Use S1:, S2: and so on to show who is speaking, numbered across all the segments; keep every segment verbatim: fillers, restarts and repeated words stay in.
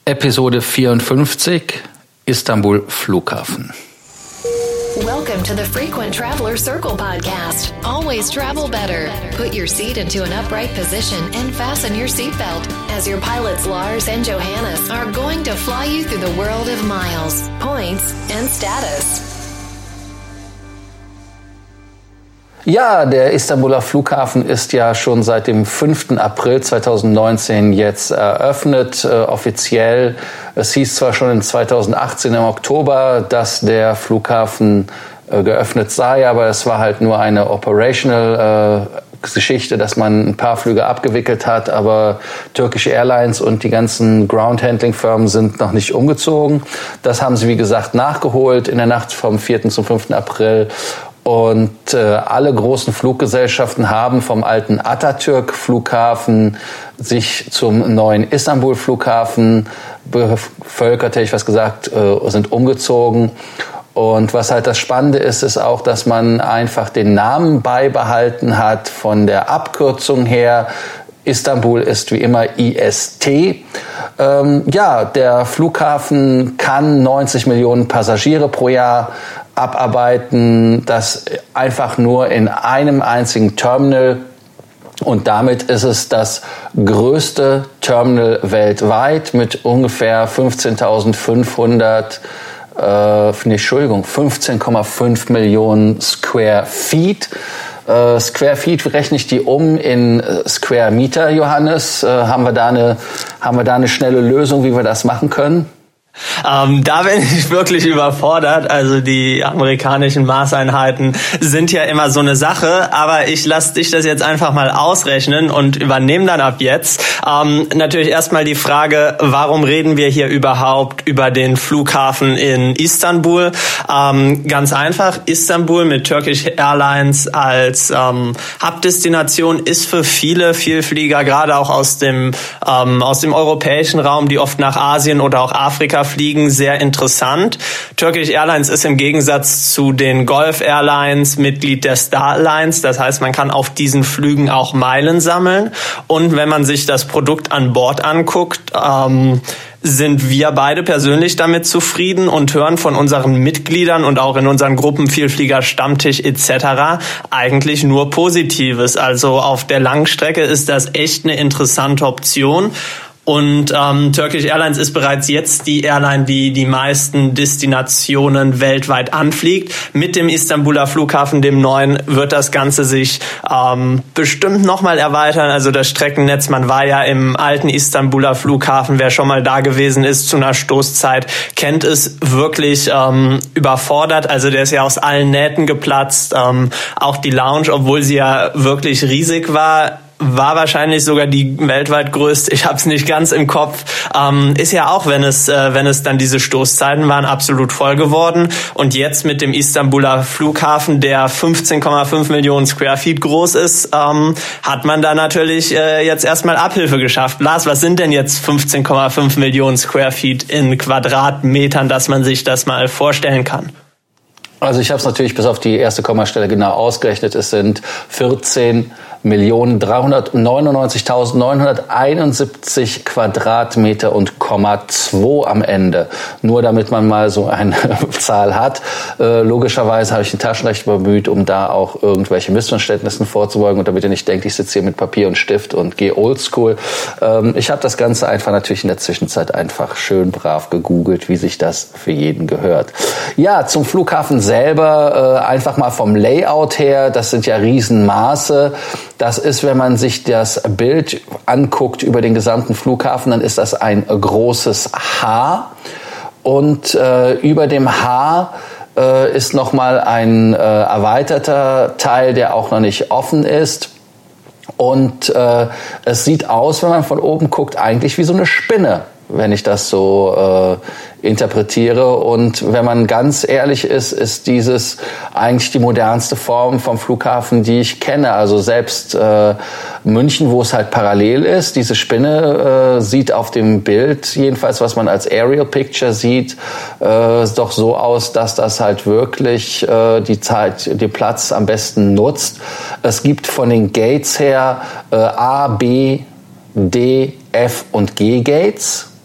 S1: Episode vierundfünfzig, Istanbul Flughafen.
S2: Welcome to the Frequent Traveler Circle podcast. Always travel better. Put your seat into an upright position and fasten your seatbelt as your pilots Lars and Johannes are going to fly you through the world of miles, points and status.
S1: Ja, der Istanbuler Flughafen ist ja schon seit dem fünften April zweitausendneunzehn jetzt eröffnet, äh, offiziell. Es hieß zwar schon in zweitausendachtzehn im Oktober, dass der Flughafen äh, geöffnet sei, aber es war halt nur eine operational äh, Geschichte, dass man ein paar Flüge abgewickelt hat, aber Turkish Airlines und die ganzen Ground-Handling-Firmen sind noch nicht umgezogen. Das haben sie, wie gesagt, nachgeholt in der Nacht vom vierten zum fünften April. Und äh, alle großen Fluggesellschaften haben vom alten Atatürk-Flughafen sich zum neuen Istanbul-Flughafen bevölkert, hätte ich was gesagt, äh, sind umgezogen. Und was halt das Spannende ist, ist auch, dass man einfach den Namen beibehalten hat von der Abkürzung her. Istanbul ist wie immer I S T. Ähm, ja, der Flughafen kann neunzig Millionen Passagiere pro Jahr abarbeiten, das einfach nur in einem einzigen Terminal, und damit ist es das größte Terminal weltweit mit ungefähr fünfzehntausendfünfhundert, äh, nee, Entschuldigung, fünfzehn Komma fünf Millionen Square Feet. Äh, Square Feet rechne ich die um in Square Meter, Johannes. Äh, haben wir da eine, haben wir da eine schnelle Lösung, wie wir das machen können?
S3: Ähm, da bin ich wirklich überfordert. Also die amerikanischen Maßeinheiten sind ja immer so eine Sache, aber ich lasse dich das jetzt einfach mal ausrechnen und übernehme dann ab jetzt. Ähm, natürlich erstmal die Frage, warum reden wir hier überhaupt über den Flughafen in Istanbul? Ähm, ganz einfach, Istanbul mit Turkish Airlines als ähm, Hub-Destination ist für viele Vielflieger, gerade auch aus dem, ähm, aus dem europäischen Raum, die oft nach Asien oder auch Afrika fliegen, sehr interessant. Turkish Airlines ist im Gegensatz zu den Gulf Airlines Mitglied der Star Alliance. Das heißt, man kann auf diesen Flügen auch Meilen sammeln. Und wenn man sich das Produkt an Bord anguckt, ähm, sind wir beide persönlich damit zufrieden und hören von unseren Mitgliedern und auch in unseren Gruppen Vielflieger Stammtisch et cetera eigentlich nur Positives. Also auf der Langstrecke ist das echt eine interessante Option. Und ähm, Turkish Airlines ist bereits jetzt die Airline, die die meisten Destinationen weltweit anfliegt. Mit dem Istanbuler Flughafen, dem neuen, wird das Ganze sich ähm, bestimmt nochmal erweitern. Also das Streckennetz, man war ja im alten Istanbuler Flughafen, wer schon mal da gewesen ist zu einer Stoßzeit, kennt es wirklich ähm, überfordert. Also der ist ja aus allen Nähten geplatzt. Ähm, auch die Lounge, obwohl sie ja wirklich riesig war, war wahrscheinlich sogar die weltweit größte, ich habe es nicht ganz im Kopf, ähm, ist ja auch, wenn es äh, wenn es dann diese Stoßzeiten waren, absolut voll geworden. Und jetzt mit dem Istanbuler Flughafen, der fünfzehn Komma fünf Millionen Square Feet groß ist, ähm, hat man da natürlich äh, jetzt erstmal Abhilfe geschafft. Lars, was sind denn jetzt fünfzehn Komma fünf Millionen Square Feet in Quadratmetern, dass man sich das mal vorstellen kann?
S1: Also ich habe es natürlich bis auf die erste Kommastelle genau ausgerechnet. Es sind vierzehn Millionen dreihundertneunundneunzigtausendneunhunderteinundsiebzig Quadratmeter und Komma zwei am Ende. Nur damit man mal so eine Zahl hat. Äh, logischerweise habe ich den Taschenrechner bemüht, um da auch irgendwelche Missverständnissen vorzubeugen und damit ihr nicht denkt, ich sitze hier mit Papier und Stift und gehe oldschool. Ähm, ich habe das Ganze einfach natürlich in der Zwischenzeit einfach schön brav gegoogelt, wie sich das für jeden gehört. Ja, zum Flughafen selber, äh, einfach mal vom Layout her, das sind ja Riesenmaße. Das ist, wenn man sich das Bild anguckt über den gesamten Flughafen, dann ist das ein großes H. Und äh, über dem H äh, ist nochmal ein äh, erweiterter Teil, der auch noch nicht offen ist. Und äh, es sieht aus, wenn man von oben guckt, eigentlich wie so eine Spinne, wenn ich das so äh, interpretiere. Und wenn man ganz ehrlich ist, ist dieses eigentlich die modernste Form vom Flughafen, die ich kenne. Also selbst äh, München, wo es halt parallel ist, diese Spinne äh, sieht auf dem Bild, jedenfalls was man als Aerial Picture sieht, äh, doch so aus, dass das halt wirklich äh, die Zeit, den Platz am besten nutzt. Es gibt von den Gates her äh, A, B, D, F und G Gates.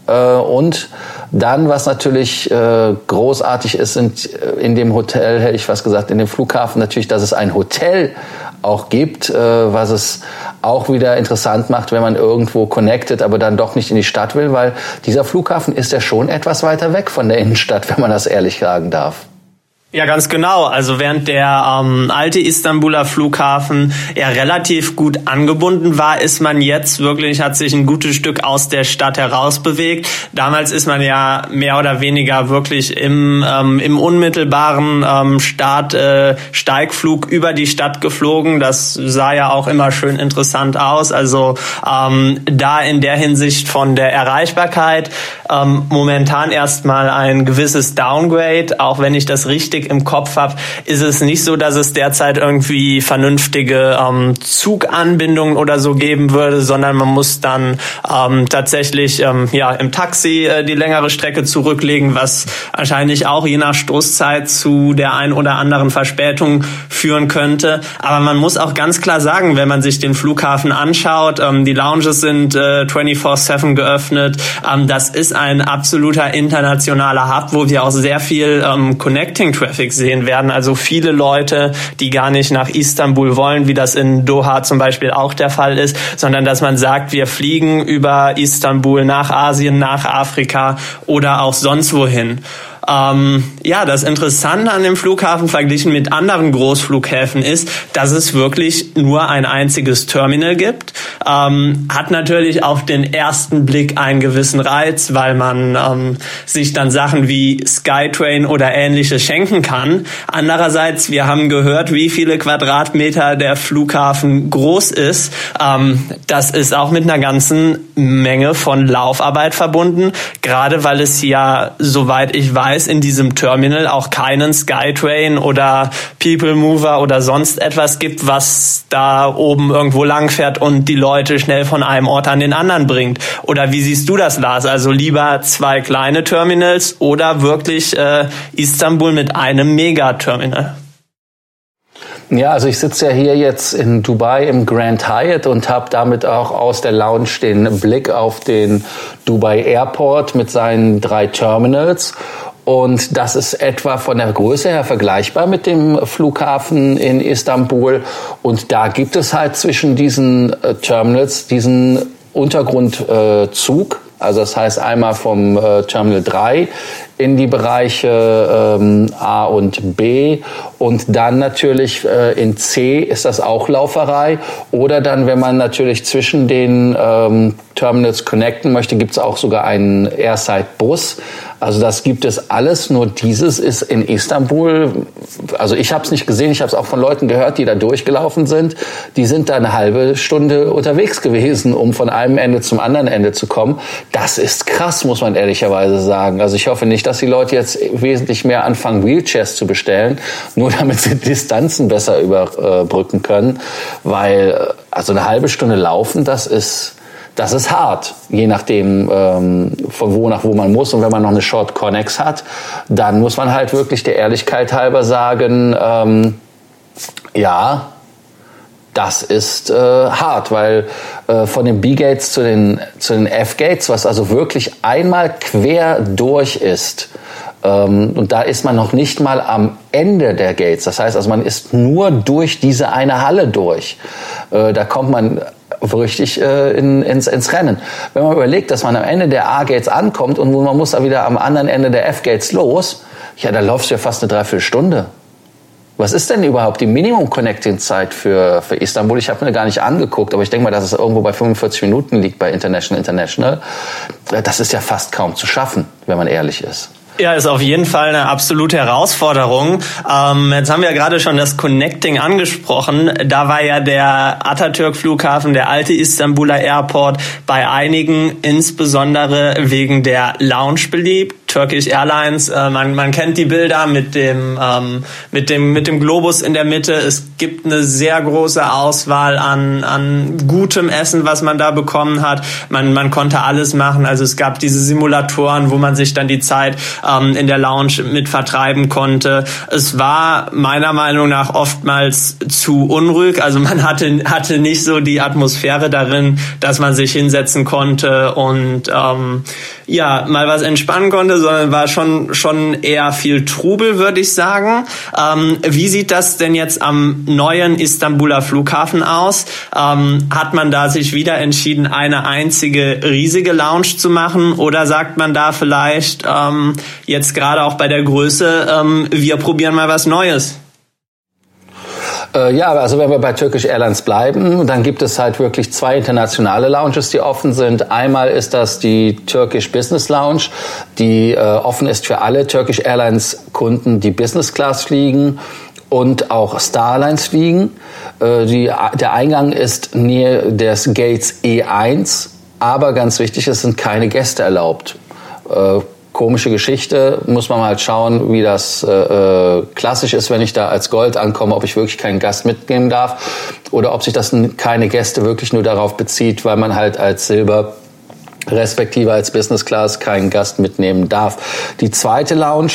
S1: Und dann, was natürlich großartig ist, sind in dem Hotel, hätte ich fast gesagt, in dem Flughafen natürlich, dass es ein Hotel auch gibt, was es auch wieder interessant macht, wenn man irgendwo connected, aber dann doch nicht in die Stadt will, weil dieser Flughafen ist ja schon etwas weiter weg von der Innenstadt, wenn man das ehrlich sagen darf.
S3: Ja, ganz genau. Also während der ähm, alte Istanbuler Flughafen eher relativ gut angebunden war, ist man jetzt wirklich, hat sich ein gutes Stück aus der Stadt herausbewegt. Damals ist man ja mehr oder weniger wirklich im ähm, im unmittelbaren ähm, Start, äh, Steigflug über die Stadt geflogen. Das sah ja auch immer schön interessant aus. Also ähm, da in der Hinsicht von der Erreichbarkeit ähm, momentan erstmal ein gewisses Downgrade, auch wenn ich das richtig im Kopf habe, ist es nicht so, dass es derzeit irgendwie vernünftige ähm, Zuganbindungen oder so geben würde, sondern man muss dann ähm, tatsächlich ähm, ja im Taxi äh, die längere Strecke zurücklegen, was wahrscheinlich auch je nach Stoßzeit zu der ein oder anderen Verspätung führen könnte. Aber man muss auch ganz klar sagen, wenn man sich den Flughafen anschaut, ähm, die Lounges sind äh, vierundzwanzig sieben geöffnet. Ähm, das ist ein absoluter internationaler Hub, wo wir auch sehr viel ähm, Connecting Traffic sehen werden. Also viele Leute, die gar nicht nach Istanbul wollen, wie das in Doha zum Beispiel auch der Fall ist, sondern dass man sagt, wir fliegen über Istanbul nach Asien, nach Afrika oder auch sonst wohin. Ähm, ja, das Interessante an dem Flughafen verglichen mit anderen Großflughäfen ist, dass es wirklich nur ein einziges Terminal gibt. Ähm, hat natürlich auf den ersten Blick einen gewissen Reiz, weil man ähm, sich dann Sachen wie Skytrain oder Ähnliches schenken kann. Andererseits, wir haben gehört, wie viele Quadratmeter der Flughafen groß ist. Ähm, das ist auch mit einer ganzen Menge von Laufarbeit verbunden, gerade weil es ja, soweit ich weiß, in diesem Terminal auch keinen Skytrain oder People Mover oder sonst etwas gibt, was da oben irgendwo langfährt und die Leute schnell von einem Ort an den anderen bringt. Oder wie siehst du das, Lars? Also lieber zwei kleine Terminals oder wirklich äh, Istanbul mit einem Megaterminal?
S1: Ja, also ich sitze ja hier jetzt in Dubai im Grand Hyatt und habe damit auch aus der Lounge den Blick auf den Dubai Airport mit seinen drei Terminals. Und das ist etwa von der Größe her vergleichbar mit dem Flughafen in Istanbul. Und da gibt es halt zwischen diesen äh, Terminals diesen Untergrundzug. Äh, also das heißt einmal vom äh, Terminal drei in die Bereiche ähm, A und B und dann natürlich äh, in C ist das auch Lauferei oder dann, wenn man natürlich zwischen den ähm, Terminals connecten möchte, gibt es auch sogar einen Airside-Bus. Also das gibt es alles, nur dieses ist in Istanbul, also ich habe es nicht gesehen, ich habe es auch von Leuten gehört, die da durchgelaufen sind, die sind da eine halbe Stunde unterwegs gewesen, um von einem Ende zum anderen Ende zu kommen. Das ist krass, muss man ehrlicherweise sagen. Also ich hoffe nicht, dass die Leute jetzt wesentlich mehr anfangen, Wheelchairs zu bestellen, nur damit sie Distanzen besser überbrücken können, weil also eine halbe Stunde laufen, das ist Das ist hart, je nachdem, ähm, von wo nach wo man muss. Und wenn man noch eine Short Connex hat, dann muss man halt wirklich der Ehrlichkeit halber sagen, ähm, ja, das ist äh, hart, weil äh, von den B-Gates zu den, zu den F-Gates, was also wirklich einmal quer durch ist, ähm, und da ist man noch nicht mal am Ende der Gates. Das heißt, also man ist nur durch diese eine Halle durch. Äh, da kommt man richtig äh, in, ins, ins Rennen. Wenn man überlegt, dass man am Ende der A-Gates ankommt und man muss da wieder am anderen Ende der F-Gates los, ja, da läufst du ja fast eine Dreiviertelstunde. Was ist denn überhaupt die Minimum-Connecting-Zeit für, für Istanbul? Ich habe mir gar nicht angeguckt, aber ich denke mal, dass es irgendwo bei fünfundvierzig Minuten liegt bei International International. Das ist ja fast kaum zu schaffen, wenn man ehrlich ist.
S3: Ja, ist auf jeden Fall eine absolute Herausforderung. Ähm, jetzt haben wir ja gerade schon das Connecting angesprochen. Da war ja der Atatürk-Flughafen, der alte Istanbuler Airport, bei einigen insbesondere wegen der Lounge beliebt. Turkish Airlines. Äh, man, man kennt die Bilder mit dem, ähm, mit dem, mit dem Globus in der Mitte. Es gibt eine sehr große Auswahl an, an gutem Essen, was man da bekommen hat. Man, man konnte alles machen. Also es gab diese Simulatoren, wo man sich dann die Zeit ähm, in der Lounge mit vertreiben konnte. Es war meiner Meinung nach oftmals zu unruhig. Also man hatte, hatte nicht so die Atmosphäre darin, dass man sich hinsetzen konnte und ähm, ja, mal was entspannen konnte, sondern war schon schon eher viel Trubel, würde ich sagen. Ähm, wie sieht das denn jetzt am neuen Istanbuler Flughafen aus? Ähm, hat man da sich wieder entschieden, eine einzige riesige Lounge zu machen, oder sagt man da vielleicht ähm, jetzt gerade auch bei der Größe, ähm, wir probieren mal was Neues?
S1: Ja, also wenn wir bei Turkish Airlines bleiben, dann gibt es halt wirklich zwei internationale Lounges, die offen sind. Einmal ist das die Turkish Business Lounge, die äh, offen ist für alle Turkish Airlines Kunden, die Business Class fliegen und auch Starlines fliegen. Äh, die, der Eingang ist nähe des Gates E eins, aber ganz wichtig, es sind keine Gäste erlaubt. Äh, Komische Geschichte, muss man mal schauen, wie das äh, klassisch ist, wenn ich da als Gold ankomme, ob ich wirklich keinen Gast mitnehmen darf oder ob sich das keine Gäste wirklich nur darauf bezieht, weil man halt als Silber respektive als Business Class keinen Gast mitnehmen darf. Die zweite Lounge,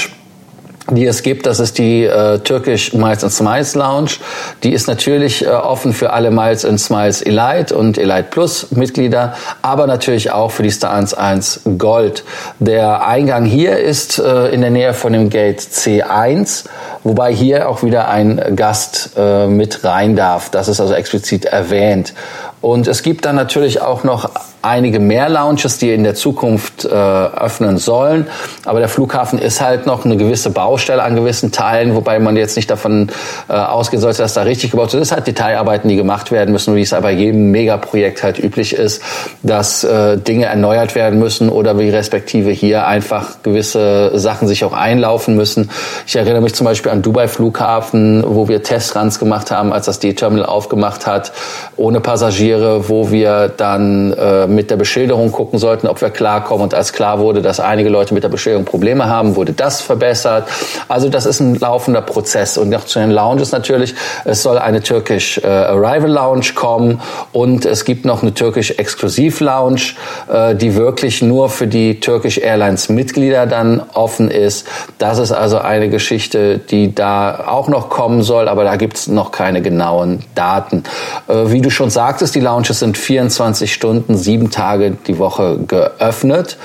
S1: die es gibt, das ist die äh, Turkish Miles and Smiles Lounge. Die ist natürlich äh, offen für alle Miles and Smiles Elite und Elite Plus Mitglieder, aber natürlich auch für die Star eins Gold. Der Eingang hier ist äh, in der Nähe von dem Gate C eins, wobei hier auch wieder ein Gast äh, mit rein darf. Das ist also explizit erwähnt. Und es gibt dann natürlich auch noch einige mehr Lounges, die in der Zukunft äh, öffnen sollen. Aber der Flughafen ist halt noch eine gewisse Baustelle an gewissen Teilen, wobei man jetzt nicht davon äh, ausgehen sollte, dass da richtig gebaut wird. Es sind halt Detailarbeiten, die gemacht werden müssen, wie es bei jedem Megaprojekt halt üblich ist, dass äh, Dinge erneuert werden müssen oder wie respektive hier einfach gewisse Sachen sich auch einlaufen müssen. Ich erinnere mich zum Beispiel an Dubai Flughafen, wo wir Testruns gemacht haben, als das D-Terminal aufgemacht hat, ohne Passagiere, wo wir dann äh, mit der Beschilderung gucken sollten, ob wir klarkommen. Und als klar wurde, dass einige Leute mit der Beschilderung Probleme haben, wurde das verbessert. Also das ist ein laufender Prozess. Und noch zu den Lounges natürlich, es soll eine Turkish äh, Arrival Lounge kommen und es gibt noch eine Turkish Exklusiv Lounge, äh, die wirklich nur für die Turkish Airlines Mitglieder dann offen ist. Das ist also eine Geschichte, die da auch noch kommen soll, aber da gibt es noch keine genauen Daten. Äh, wie du schon sagtest, die Lounges sind vierundzwanzig Stunden, sieben Tage die Woche geöffnet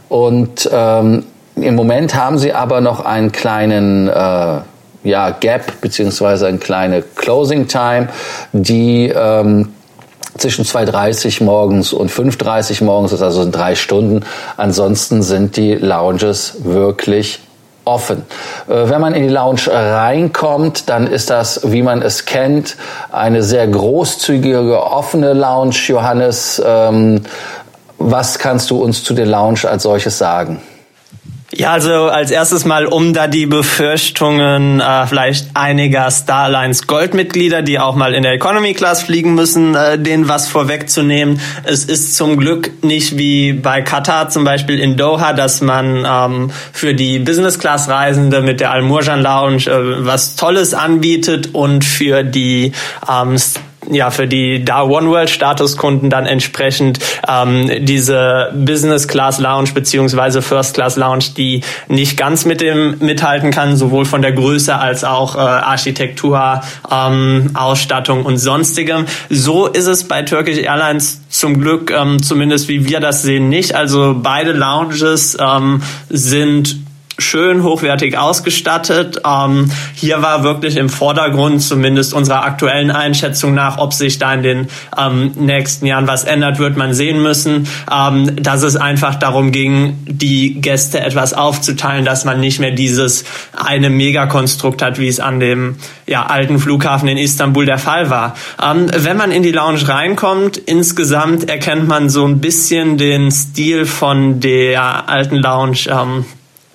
S1: und ähm, im Moment haben sie aber noch einen kleinen äh, ja, Gap beziehungsweise eine kleine Closing Time, die ähm, zwischen zwei Uhr dreißig morgens und fünf Uhr dreißig morgens ist, also in drei Stunden. Ansonsten sind die Lounges wirklich offen. Wenn man in die Lounge reinkommt, dann ist das, wie man es kennt, eine sehr großzügige, offene Lounge. Johannes, ähm, was kannst du uns zu der Lounge als solches sagen?
S3: Ja, also als erstes mal, um da die Befürchtungen äh, vielleicht einiger Star Alliance Gold-Mitglieder, die auch mal in der Economy Class fliegen müssen, äh, denen was vorwegzunehmen. Es ist zum Glück nicht wie bei Katar zum Beispiel in Doha, dass man ähm, für die Business Class Reisende mit der Al Murjan Lounge äh, was Tolles anbietet und für die ähm, ja, für die da One World Status Kunden dann entsprechend ähm, diese Business Class Lounge beziehungsweise First Class Lounge, die nicht ganz mit dem mithalten kann, sowohl von der Größe als auch äh, Architektur, ähm, Ausstattung und sonstigem. So ist es bei Turkish Airlines zum Glück, ähm, zumindest wie wir das sehen, nicht. Also beide Lounges ähm, sind schön hochwertig ausgestattet. Ähm, hier war wirklich im Vordergrund, zumindest unserer aktuellen Einschätzung nach, ob sich da in den ähm, nächsten Jahren was ändert, wird man sehen müssen, ähm, dass es einfach darum ging, die Gäste etwas aufzuteilen, dass man nicht mehr dieses eine Megakonstrukt hat, wie es an dem ja, alten Flughafen in Istanbul der Fall war. Ähm, wenn man in die Lounge reinkommt, insgesamt erkennt man so ein bisschen den Stil von der alten Lounge ähm,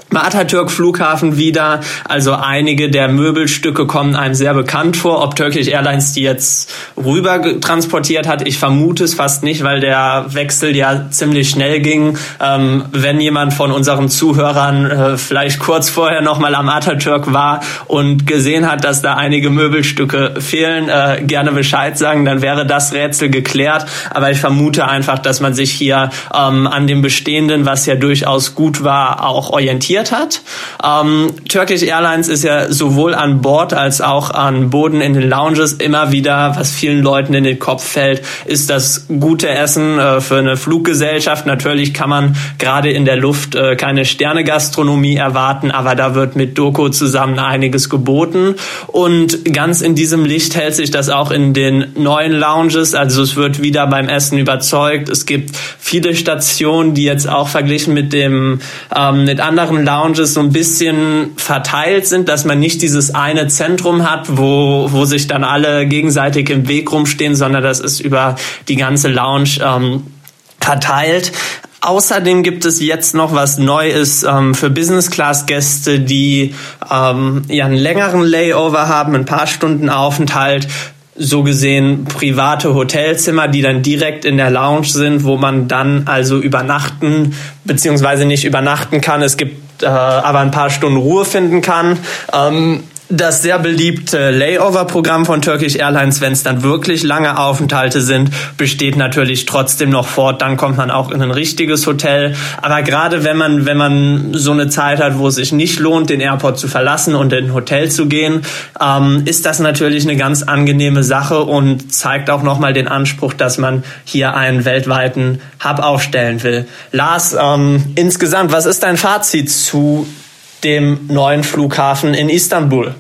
S3: Atatürk Flughafen wieder, also einige der Möbelstücke kommen einem sehr bekannt vor. Ob Turkish Airlines die jetzt rüber transportiert hat, ich vermute es fast nicht, weil der Wechsel ja ziemlich schnell ging. Ähm, wenn jemand von unseren Zuhörern äh, vielleicht kurz vorher nochmal am Atatürk war und gesehen hat, dass da einige Möbelstücke fehlen, äh, gerne Bescheid sagen, dann wäre das Rätsel geklärt. Aber ich vermute einfach, dass man sich hier ähm, an dem Bestehenden, was ja durchaus gut war, auch orientiert hat. Ähm, Turkish Airlines ist ja sowohl an Bord als auch an Boden in den Lounges immer wieder, was vielen Leuten in den Kopf fällt, ist das gute Essen äh, für eine Fluggesellschaft. Natürlich kann man gerade in der Luft äh, keine Sterne-Gastronomie erwarten, aber da wird mit Doku zusammen einiges geboten. Und ganz in diesem Licht hält sich das auch in den neuen Lounges. Also es wird wieder beim Essen überzeugt. Es gibt viele Stationen, die jetzt auch verglichen mit dem ähm, mit anderen Lounges so ein bisschen verteilt sind, dass man nicht dieses eine Zentrum hat, wo wo sich dann alle gegenseitig im Weg rumstehen, sondern das ist über die ganze Lounge ähm, verteilt. Außerdem gibt es jetzt noch was Neues ähm, für Business-Class-Gäste, die ähm, ja einen längeren Layover haben, ein paar Stunden Aufenthalt. So gesehen private Hotelzimmer, die dann direkt in der Lounge sind, wo man dann also übernachten beziehungsweise nicht übernachten kann. Es gibt äh, aber ein paar Stunden Ruhe finden kann. Ähm, Das sehr beliebte Layover-Programm von Turkish Airlines, wenn es dann wirklich lange Aufenthalte sind, besteht natürlich trotzdem noch fort. Dann kommt man auch in ein richtiges Hotel. Aber gerade wenn man wenn man so eine Zeit hat, wo es sich nicht lohnt, den Airport zu verlassen und in ein Hotel zu gehen, ähm, ist das natürlich eine ganz angenehme Sache und zeigt auch nochmal den Anspruch, dass man hier einen weltweiten Hub aufstellen will. Lars, ähm, insgesamt, was ist dein Fazit zu dem neuen Flughafen in Istanbul?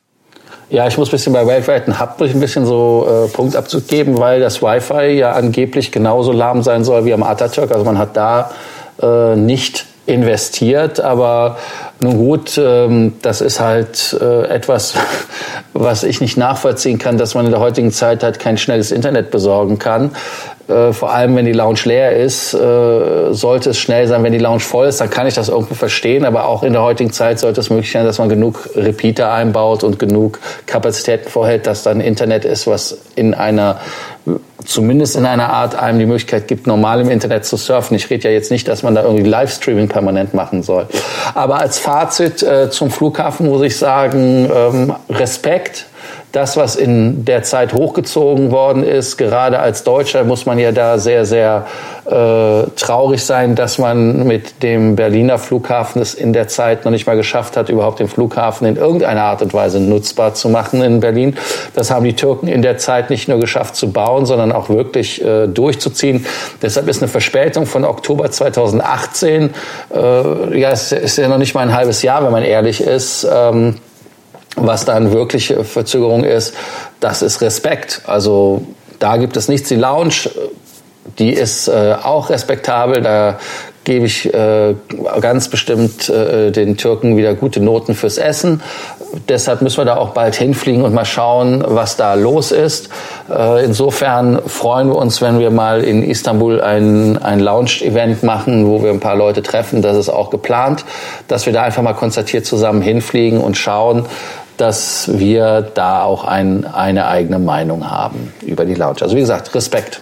S1: Ja, ich muss ein bisschen bei weltweiten Hub ein bisschen so äh, Punktabzug geben, weil das Wi-Fi ja angeblich genauso lahm sein soll wie am Atatürk. Also man hat da äh, nicht investiert, aber nun gut, ähm, das ist halt äh, etwas, was ich nicht nachvollziehen kann, dass man in der heutigen Zeit halt kein schnelles Internet besorgen kann. Äh, vor allem, wenn die Lounge leer ist, äh, sollte es schnell sein. Wenn die Lounge voll ist, dann kann ich das irgendwo verstehen. Aber auch in der heutigen Zeit sollte es möglich sein, dass man genug Repeater einbaut und genug Kapazitäten vorhält, dass dann Internet ist, was in einer, zumindest in einer Art, einem die Möglichkeit gibt, normal im Internet zu surfen. Ich rede ja jetzt nicht, dass man da irgendwie Livestreaming permanent machen soll. Aber als Fazit äh, zum Flughafen muss ich sagen, ähm, Respekt. Das, was in der Zeit hochgezogen worden ist, gerade als Deutscher muss man ja da sehr, sehr äh, traurig sein, dass man mit dem Berliner Flughafen es in der Zeit noch nicht mal geschafft hat, überhaupt den Flughafen in irgendeiner Art und Weise nutzbar zu machen in Berlin. Das haben die Türken in der Zeit nicht nur geschafft zu bauen, sondern auch wirklich äh, durchzuziehen. Deshalb ist eine Verspätung von Oktober zweitausendachtzehn, äh, ja, es ist ja noch nicht mal ein halbes Jahr, wenn man ehrlich ist, ähm, was dann wirklich Verzögerung ist, das ist Respekt. Also da gibt es nichts. Die Lounge, die ist äh, auch respektabel. Da gebe ich äh, ganz bestimmt äh, den Türken wieder gute Noten fürs Essen. Deshalb müssen wir da auch bald hinfliegen und mal schauen, was da los ist. Äh, insofern freuen wir uns, wenn wir mal in Istanbul ein, ein Lounge-Event machen, wo wir ein paar Leute treffen. Das ist auch geplant, dass wir da einfach mal konzertiert zusammen hinfliegen und schauen, dass wir da auch ein, eine eigene Meinung haben über die Lounge. Also wie gesagt, Respekt.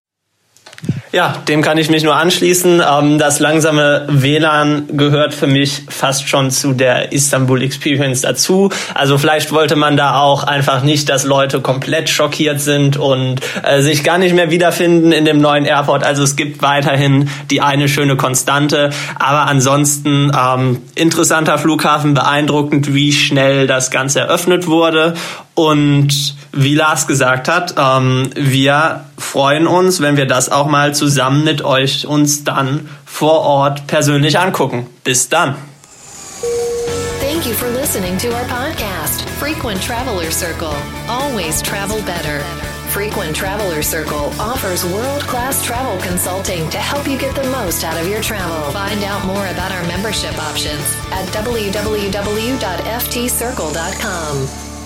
S3: Ja, dem kann ich mich nur anschließen. Das langsame W L A N gehört für mich fast schon zu der Istanbul Experience dazu. Also vielleicht wollte man da auch einfach nicht, dass Leute komplett schockiert sind und äh, sich gar nicht mehr wiederfinden in dem neuen Airport. Also es gibt weiterhin die eine schöne Konstante. Aber ansonsten ähm, interessanter Flughafen, beeindruckend, wie schnell das Ganze eröffnet wurde. Und wie Lars gesagt hat, ähm, wir freuen uns, wenn wir das auch mal zusammen mit euch uns dann vor Ort persönlich angucken. Bis dann.
S2: Thank you for listening to our podcast, Frequent Traveler Circle. Always travel better. Frequent Traveler Circle offers world-class travel consulting to help you get the most out of your travel. Find out more about our membership options at w w w dot f t circle dot com.